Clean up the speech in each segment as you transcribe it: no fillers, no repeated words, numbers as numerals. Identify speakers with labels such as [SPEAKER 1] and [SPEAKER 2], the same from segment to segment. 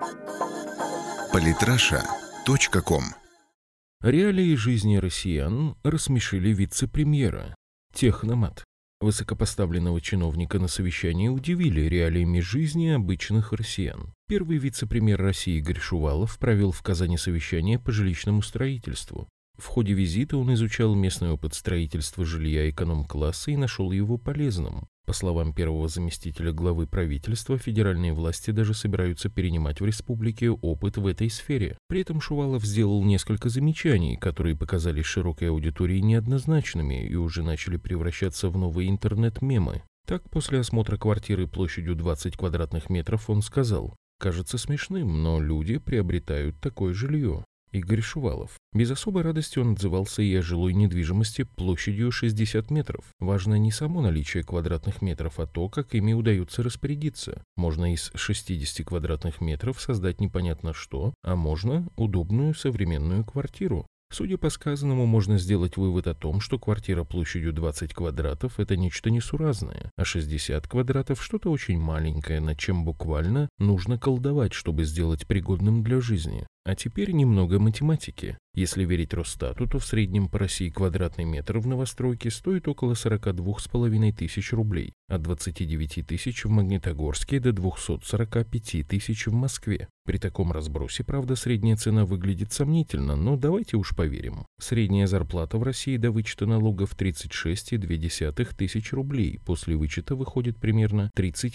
[SPEAKER 1] Политраша.ком.
[SPEAKER 2] Реалии жизни россиян рассмешили вице-премьера. Техномат. Высокопоставленного чиновника на совещании удивили реалиями жизни обычных россиян. Первый вице-премьер России Игорь Шувалов провел в Казани совещание по жилищному строительству. В ходе визита он изучал местный опыт строительства жилья эконом-класса и нашел его полезным. По словам первого заместителя главы правительства, федеральные власти даже собираются перенимать в республике опыт в этой сфере. При этом Шувалов сделал несколько замечаний, которые показались широкой аудитории неоднозначными и уже начали превращаться в новые интернет-мемы. Так, после осмотра квартиры площадью 20 квадратных метров он сказал: «Кажется смешным, но люди приобретают такое жилье». Игорь Шувалов. Без особой радости он отзывался и о жилой недвижимости площадью 60 метров. Важно не само наличие квадратных метров, а то, как ими удается распорядиться. Можно из 60 квадратных метров создать непонятно что, а можно удобную современную квартиру. Судя по сказанному, можно сделать вывод о том, что квартира площадью 20 квадратов – это нечто несуразное, а 60 квадратов – что-то очень маленькое, над чем буквально нужно колдовать, чтобы сделать пригодным для жизни. А теперь немного математики. Если верить Росстату, то в среднем по России квадратный метр в новостройке стоит около 42,5 тысяч рублей, от 29 тысяч в Магнитогорске до 245 тысяч в Москве. При таком разбросе, правда, средняя цена выглядит сомнительно, но давайте уж поверим. Средняя зарплата в России до вычета налогов 36,2 тысяч рублей, после вычета выходит примерно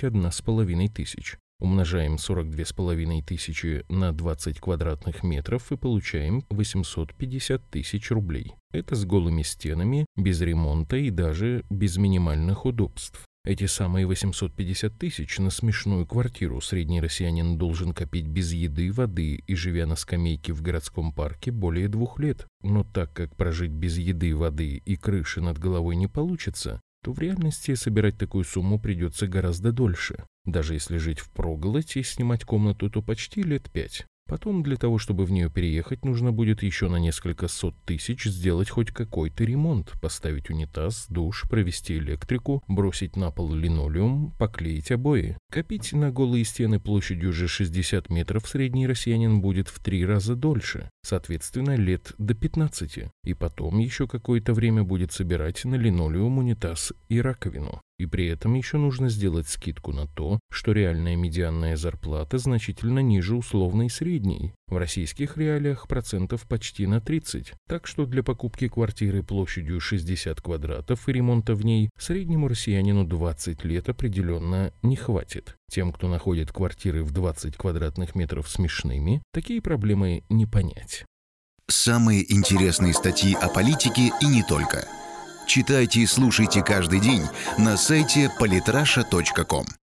[SPEAKER 2] 31,5 тысяч. Умножаем 42,5 тысячи на 20 квадратных метров и получаем 850 тысяч рублей. Это с голыми стенами, без ремонта и даже без минимальных удобств. Эти самые 850 тысяч на смешную квартиру средний россиянин должен копить без еды, воды и живя на скамейке в городском парке более 2 лет. Но так как прожить без еды, воды и крыши над головой не получится, то в реальности собирать такую сумму придется гораздо дольше. Даже если жить впроголодь и снимать комнату, то почти лет 5. Потом для того, чтобы в нее переехать, нужно будет еще на несколько сот тысяч сделать хоть какой-то ремонт, поставить унитаз, душ, провести электрику, бросить на пол линолеум, поклеить обои. Копить на голые стены площадью же 60 метров средний россиянин будет в 3 раза дольше, соответственно, лет до 15. И потом еще какое-то время будет собирать на линолеум, унитаз и раковину. И при этом еще нужно сделать скидку на то, что реальная медианная зарплата значительно ниже условной средней. В российских реалиях процентов почти на 30. Так что для покупки квартиры площадью 60 квадратов и ремонта в ней среднему россиянину 20 лет определенно не хватит. Тем, кто находит квартиры в 20 квадратных метров смешными, такие проблемы не понять.
[SPEAKER 1] Самые интересные статьи о политике и не только. Читайте и слушайте каждый день на сайте politrasha.com.